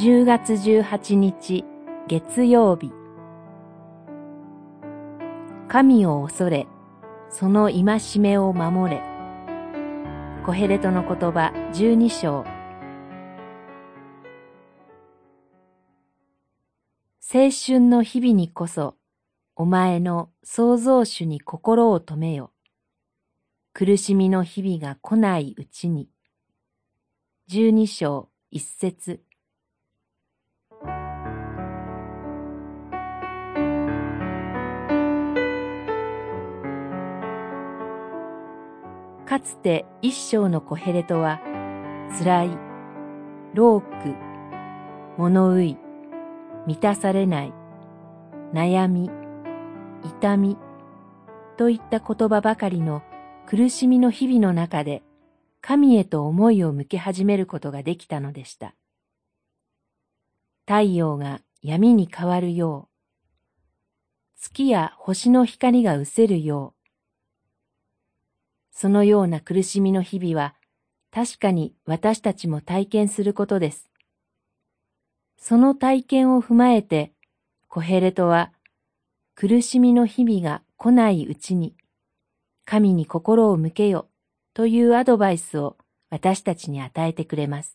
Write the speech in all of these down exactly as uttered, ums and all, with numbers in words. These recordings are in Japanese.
じゅうがつじゅうはちにち月曜日。神を恐れ、その戒めを守れ。コヘレトの言葉じゅうにしょう。青春の日々にこそ、お前の創造主に心を留めよ。苦しみの日々が来ないうちに。じゅうにしょう一節。かつて一章のコヘレトは、辛い、労苦、物憂い、満たされない、悩み、痛みといった言葉ばかりの苦しみの日々の中で、神へと思いを向け始めることができたのでした。太陽が闇に変わるよう、月や星の光が失せるよう、そのような苦しみの日々は確かに私たちも体験することです。その体験を踏まえて、コヘレトは苦しみの日々が来ないうちに神に心を向けよというアドバイスを私たちに与えてくれます。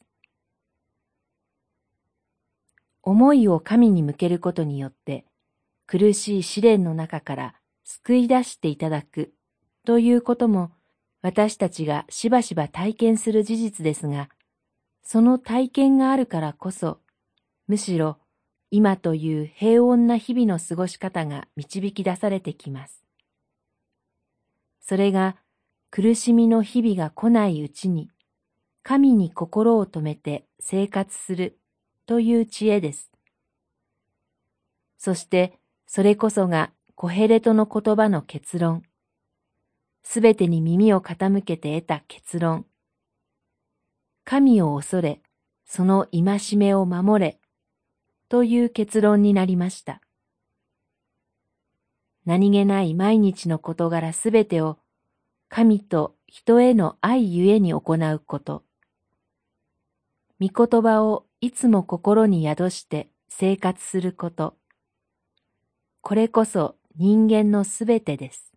思いを神に向けることによって苦しい試練の中から救い出していただくということも私たちがしばしば体験する事実ですが、その体験があるからこそ、むしろ今という平穏な日々の過ごし方が導き出されてきます。それが苦しみの日々が来ないうちに、神に心を留めて生活するという知恵です。そしてそれこそがコヘレトの言葉の結論。すべてに耳を傾けて得た結論。神を恐れ、その戒めを守れ、という結論になりました。何気ない毎日の事柄すべてを、神と人への愛ゆえに行うこと。御言葉をいつも心に宿して生活すること。これこそ人間のすべてです。